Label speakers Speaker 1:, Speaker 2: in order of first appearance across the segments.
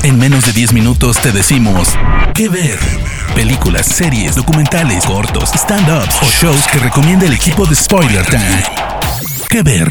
Speaker 1: En menos de 10 minutos te decimos qué ver. Películas, series, documentales, cortos, stand-ups o shows que recomienda el equipo de Spoiler Time. ¿Qué ver?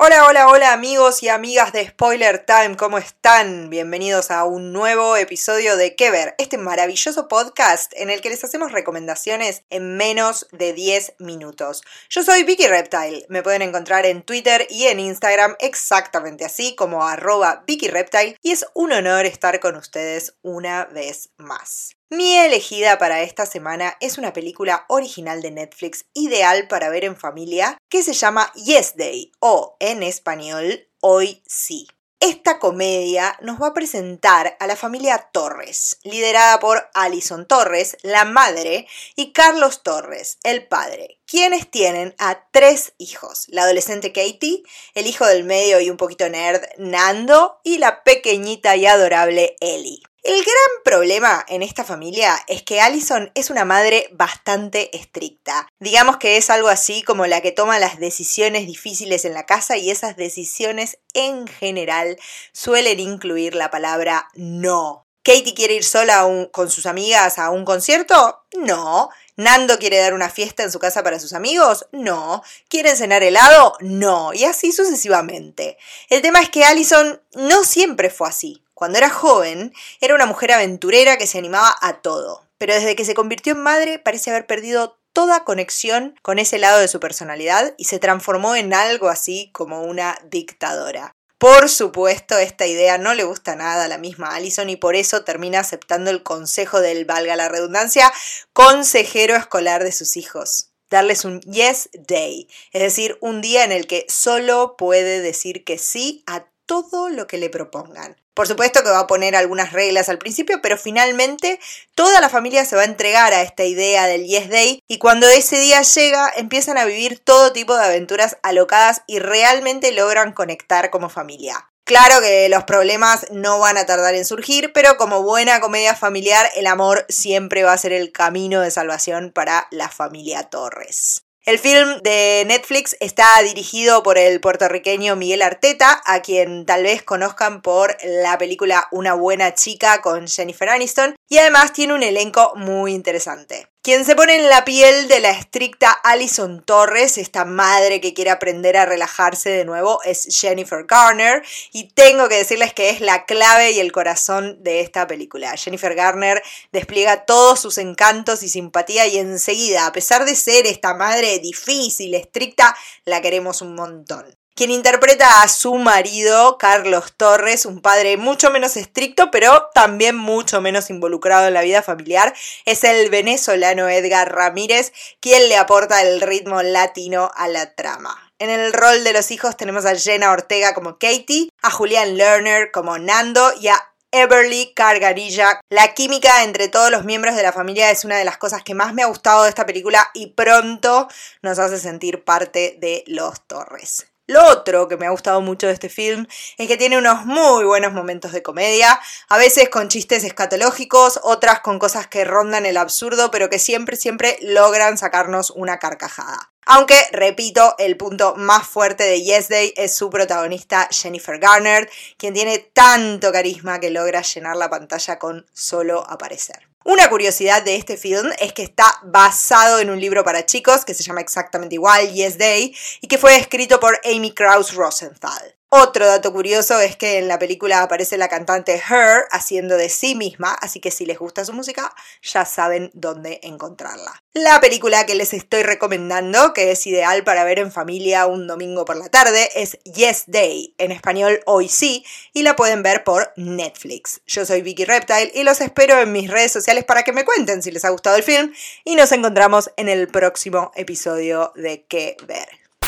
Speaker 2: Hola amigos y amigas de Spoiler Time, ¿cómo están? Bienvenidos a un nuevo episodio de ¿Qué ver? Este maravilloso podcast en el que les hacemos recomendaciones en menos de 10 minutos. Yo soy Vicky Reptile, me pueden encontrar en Twitter y en Instagram exactamente así como @VickyReptile y es un honor estar con ustedes una vez más. Mi elegida para esta semana es una película original de Netflix ideal para ver en familia que se llama Yes Day o en español Hoy Sí. Esta comedia nos va a presentar a la familia Torres, liderada por Alison Torres, la madre, y Carlos Torres, el padre, quienes tienen a 3 hijos, la adolescente Katie, el hijo del medio y un poquito nerd Nando, y la pequeñita y adorable Ellie. El gran problema en esta familia es que Alison es una madre bastante estricta. Digamos que es algo así como la que toma las decisiones difíciles en la casa y esas decisiones en general suelen incluir la palabra no. ¿Katie quiere ir sola con sus amigas a un concierto? No. ¿Nando quiere dar una fiesta en su casa para sus amigos? No. ¿Quieren cenar helado? No. Y así sucesivamente. El tema es que Alison no siempre fue así. Cuando era joven, era una mujer aventurera que se animaba a todo, pero desde que se convirtió en madre parece haber perdido toda conexión con ese lado de su personalidad y se transformó en algo así como una dictadora. Por supuesto, esta idea no le gusta nada a la misma Alison y por eso termina aceptando el consejo del, valga la redundancia, consejero escolar de sus hijos. Darles un yes day, es decir, un día en el que solo puede decir que sí a todo lo que le propongan. Por supuesto que va a poner algunas reglas al principio, pero finalmente toda la familia se va a entregar a esta idea del Yes Day y cuando ese día llega empiezan a vivir todo tipo de aventuras alocadas y realmente logran conectar como familia. Claro que los problemas no van a tardar en surgir, pero como buena comedia familiar, el amor siempre va a ser el camino de salvación para la familia Torres. El film de Netflix está dirigido por el puertorriqueño Miguel Arteta, a quien tal vez conozcan por la película Una buena chica con Jennifer Aniston, y además tiene un elenco muy interesante. Quien se pone en la piel de la estricta Alison Torres, esta madre que quiere aprender a relajarse de nuevo, es Jennifer Garner, y tengo que decirles que es la clave y el corazón de esta película. Jennifer Garner despliega todos sus encantos y simpatía y enseguida, a pesar de ser esta madre difícil, estricta, la queremos un montón. Quien interpreta a su marido, Carlos Torres, un padre mucho menos estricto, pero también mucho menos involucrado en la vida familiar, es el venezolano Edgar Ramírez, quien le aporta el ritmo latino a la trama. En el rol de los hijos tenemos a Jenna Ortega como Katie, a Julián Lerner como Nando y a Everly Carganilla. La química entre todos los miembros de la familia es una de las cosas que más me ha gustado de esta película y pronto nos hace sentir parte de los Torres. Lo otro que me ha gustado mucho de este film es que tiene unos muy buenos momentos de comedia, a veces con chistes escatológicos, otras con cosas que rondan el absurdo, pero que siempre logran sacarnos una carcajada. Aunque, repito, el punto más fuerte de Yes Day es su protagonista Jennifer Garner, quien tiene tanto carisma que logra llenar la pantalla con solo aparecer. Una curiosidad de este film es que está basado en un libro para chicos que se llama exactamente igual, Yes Day, y que fue escrito por Amy Krauss Rosenthal. Otro dato curioso es que en la película aparece la cantante Her haciendo de sí misma, así que si les gusta su música, ya saben dónde encontrarla. La película que les estoy recomendando, que es ideal para ver en familia un domingo por la tarde, es Yes Day, en español Hoy Sí, y la pueden ver por Netflix. Yo soy Vicky Reptile y los espero en mis redes sociales para que me cuenten si les ha gustado el film y nos encontramos en el próximo episodio de ¿Qué ver?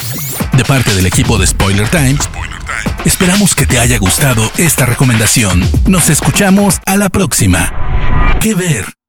Speaker 1: De parte del equipo de Spoiler Time, esperamos que te haya gustado esta recomendación. Nos escuchamos a la próxima. ¿Qué ver?